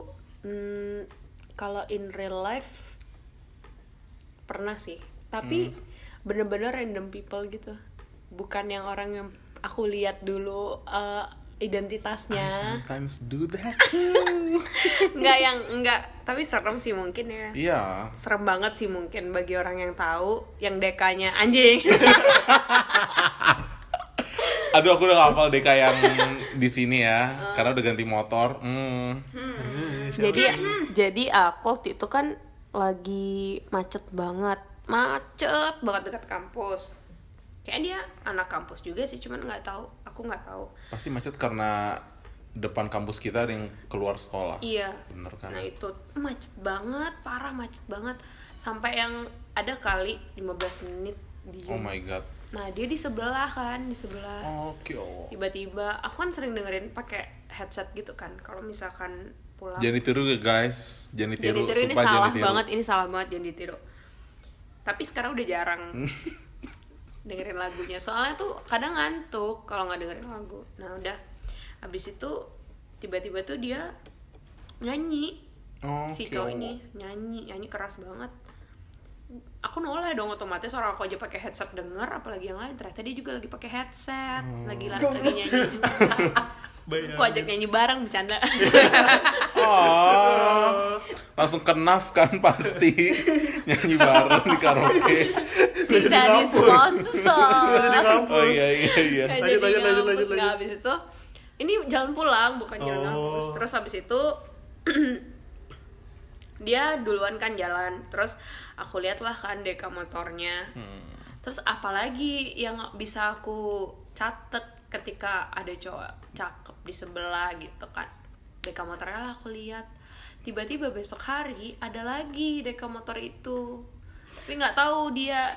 Speaker 2: kalau in real life pernah sih, tapi bener-bener random people gitu, bukan yang orang yang aku lihat dulu identitasnya.
Speaker 3: Sometimes do that too.
Speaker 2: Enggak, tapi serem sih mungkin ya.
Speaker 3: Iya.
Speaker 2: Serem banget sih mungkin bagi orang yang tahu, yang dekanya anjing.
Speaker 3: Aduh, aku udah hafal DK yang di sini ya, karena udah ganti motor.
Speaker 2: Jadi aku waktu itu kan lagi macet banget dekat kampus. Kayaknya dia anak kampus juga sih, cuman aku nggak tahu.
Speaker 3: Pasti macet karena depan kampus kita ada yang keluar sekolah.
Speaker 2: Iya.
Speaker 3: Bener kan?
Speaker 2: Nah itu macet banget, parah macet banget. Sampai yang ada kali 15 menit diem.
Speaker 3: Oh my god.
Speaker 2: Nah dia di sebelah.
Speaker 3: Oke.
Speaker 2: Tiba-tiba aku kan sering dengerin pakai headset gitu kan. Kalau misalkan pulang.
Speaker 3: Jangan ditiru guys, jangan ditiru.
Speaker 2: Ini
Speaker 3: Sumpah,
Speaker 2: salah
Speaker 3: jangan ditiru.
Speaker 2: banget, ini salah banget, jangan ditiru. Tapi sekarang udah jarang dengerin lagunya. Soalnya tuh kadang ngantuk kalau nggak dengerin lagu. Nah udah, habis itu tiba-tiba tuh dia nyanyi. Si cowok ini nyanyi keras banget. Aku noleh dong otomatis, orang aku aja pakai headset denger, apalagi yang lain. Ternyata dia juga lagi pakai headset, lagi nyanyi juga. Terus aku ajak nyanyi bareng, bercanda.
Speaker 3: Langsung kenaf kan pasti nyanyi bareng di karaoke.
Speaker 2: Tidak di sponsor.
Speaker 3: Oh iya.
Speaker 4: Lanjut.
Speaker 2: Nah, habis itu ini jalan pulang, bukan jalan kampus. Terus habis itu dia duluan kan jalan. Terus aku lihat lah kan deka motornya. Terus apalagi yang bisa aku catet ketika ada cowok cakep di sebelah gitu kan, deka motornya lah aku lihat. Tiba-tiba besok hari ada lagi deka motor itu, tapi nggak tahu dia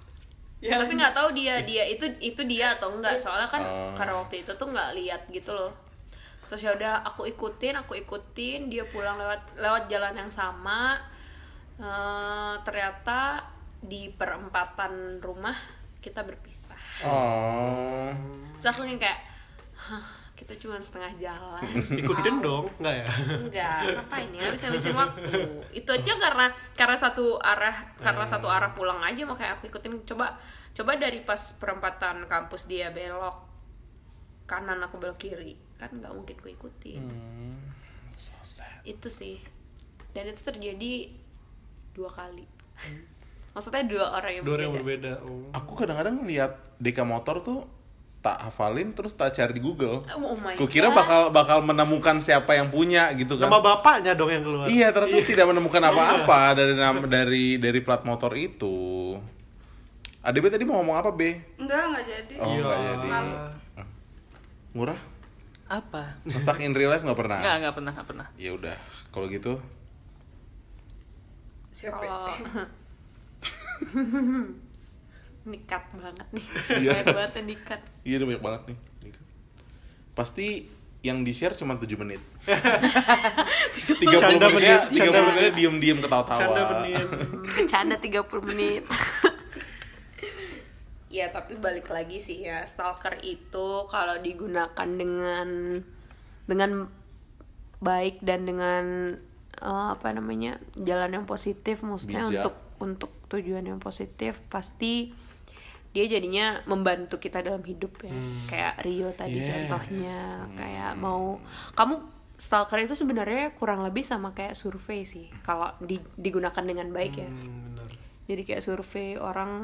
Speaker 2: itu dia atau enggak, soalnya kan karena waktu itu tuh nggak lihat gitu loh. Terus ya udah aku ikutin dia pulang lewat jalan yang sama. Ternyata di perempatan rumah kita berpisah. Terus aku kayak kita cuma setengah jalan.
Speaker 4: Ikutin dong, enggak ya?
Speaker 2: Enggak, ngapain ya, habis-habisin waktu. Itu aja karena satu arah pulang aja, makanya aku ikutin. Coba dari pas perempatan kampus dia belok kanan, aku belok kiri, kan nggak mungkin ku ikutin.
Speaker 3: So sad.
Speaker 2: Itu sih, dan itu terjadi 2 kali. Maksudnya 2 orang yang
Speaker 4: berbeda.
Speaker 3: Aku kadang-kadang lihat DK motor tuh tak hafalin, terus tak cari di Google.
Speaker 2: Oh my
Speaker 3: Kukira
Speaker 2: God.
Speaker 3: bakal menemukan siapa yang punya gitu kan.
Speaker 4: Nama bapaknya dong yang keluar.
Speaker 3: Iya, ternyata tidak menemukan apa-apa dari plat motor itu. Adebe tadi mau ngomong apa, B?
Speaker 5: Enggak jadi.
Speaker 3: Oh, enggak jadi.
Speaker 5: Malu.
Speaker 3: Murah?
Speaker 1: Apa?
Speaker 3: Ngestak in real life nggak pernah?
Speaker 1: Nggak pernah.
Speaker 3: Ya udah, kalau gitu.
Speaker 5: Siapa?
Speaker 2: Kalau nikat banget nih.
Speaker 3: Iya.
Speaker 2: Banyak banget yang nikat.
Speaker 3: Iya, udah banyak banget nih. Pasti yang di-share cuma 7 menit. 30 menitnya diem-diem ketawa-tawa.
Speaker 4: Canda menit.
Speaker 2: Bercanda 30 menit. Ya tapi balik lagi sih ya, stalker itu kalau digunakan dengan baik dan dengan jalan yang positif, maksudnya
Speaker 3: Bijak.
Speaker 2: untuk tujuan yang positif, pasti dia jadinya membantu kita dalam hidup ya. Kayak Rio tadi contohnya, kayak kamu stalker itu sebenarnya kurang lebih sama kayak survei sih kalau digunakan dengan baik ya.
Speaker 4: Benar.
Speaker 2: Jadi kayak survei orang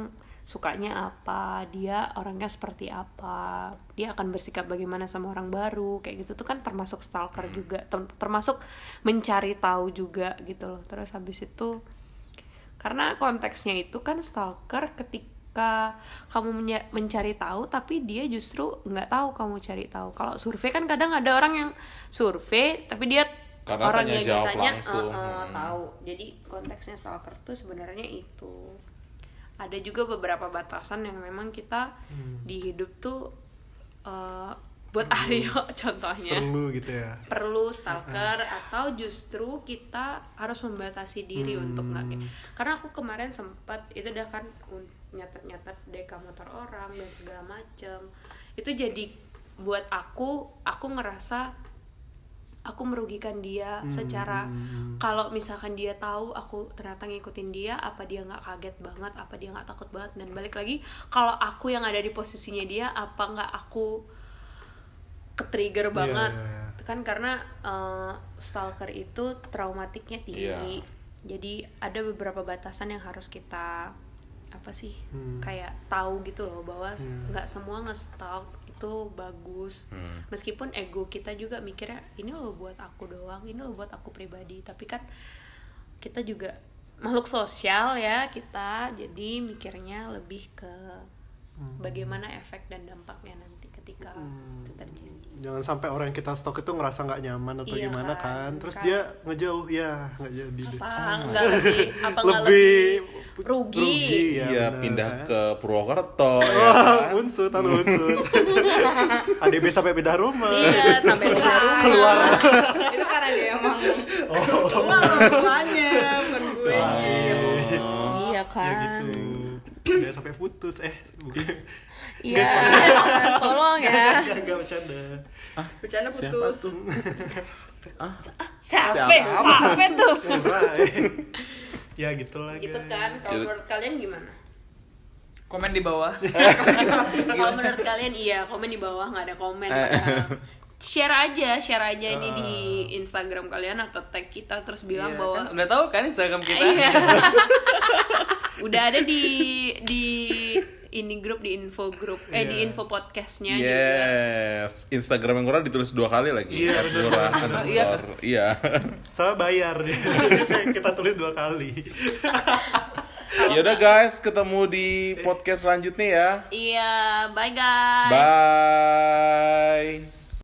Speaker 2: sukanya apa, dia orangnya seperti apa, dia akan bersikap bagaimana sama orang baru, kayak gitu tuh kan termasuk stalker juga, termasuk mencari tahu juga gitu loh. Terus habis itu karena konteksnya itu kan stalker ketika kamu mencari tahu tapi dia justru nggak tahu kamu cari tahu. Kalau survei kan kadang ada orang yang survei tapi dia
Speaker 3: karena
Speaker 2: orang yang
Speaker 3: jawab
Speaker 2: ditanya
Speaker 3: langsung.
Speaker 2: tahu. Jadi konteksnya stalker tuh sebenarnya itu. Ada juga beberapa batasan yang memang kita di hidup tuh buat Aryo contohnya
Speaker 4: Perlu gitu ya.
Speaker 2: perlu stalker atau justru kita harus membatasi diri untuk nggak. Karena aku kemarin sempat itu udah kan nyatet deka motor orang dan segala macem, itu jadi buat aku ngerasa aku merugikan dia secara kalau misalkan dia tahu aku ternyata ngikutin dia, apa dia nggak kaget banget, apa dia nggak takut banget. Dan balik lagi, kalau aku yang ada di posisinya dia, apa nggak aku ke-trigger banget. Kan karena stalker itu traumatiknya tinggi. Jadi ada beberapa batasan yang harus kita kayak tahu gitu loh, bahwa nggak semua nge-stalk itu bagus. Meskipun ego kita juga mikirnya ini loh buat aku doang, ini loh buat aku pribadi, tapi kan kita juga makhluk sosial ya kita, jadi mikirnya lebih ke bagaimana efek dan dampaknya nanti ketika itu terjadi.
Speaker 4: Jangan sampai orang yang kita stalk itu ngerasa nggak nyaman atau
Speaker 2: Iya
Speaker 4: gimana
Speaker 2: kan,
Speaker 4: terus
Speaker 2: kan.
Speaker 4: dia ngejauh, ya nggak jadi deh.
Speaker 2: Nggak lebih rugi.
Speaker 4: Ya,
Speaker 3: Iya,
Speaker 4: bener,
Speaker 3: pindah
Speaker 4: kan?
Speaker 3: ke Purwokerto ya
Speaker 4: Wah,
Speaker 3: kan?
Speaker 4: unsut. ADB sampai pindah rumah.
Speaker 2: Iya, sampai pindah rumah.
Speaker 4: Keluar.
Speaker 5: Itu karena dia emang
Speaker 2: Keluar orang tuanya, bukan gue. Iya
Speaker 4: Ya
Speaker 2: kan.
Speaker 4: gitu. Udah sampai putus.
Speaker 2: Iya, tolong ya.
Speaker 4: Enggak bercanda.
Speaker 5: bercanda putus.
Speaker 2: Siapa tuh?
Speaker 4: Ya gitulah.
Speaker 2: Gitu kan. Kalau menurut kalian gimana?
Speaker 1: Komen di bawah.
Speaker 2: Kalau menurut kalian komen di bawah, nggak ada komen. Share aja ini di Instagram kalian atau tag kita terus bilang
Speaker 1: Iya,
Speaker 2: bahwa
Speaker 1: kan udah tahu kan Instagram kita.
Speaker 2: Iya. Udah ada di ini grup, di info grup di info podcastnya juga.
Speaker 3: Yes, Instagram yang Ngora ditulis 2 kali lagi.
Speaker 4: Iya,
Speaker 3: @ngora_. Iya.
Speaker 4: Saya bayar dia. Kita tulis 2 kali.
Speaker 3: Ya udah guys, ketemu di podcast selanjutnya ya.
Speaker 2: Iya, bye guys.
Speaker 3: Bye.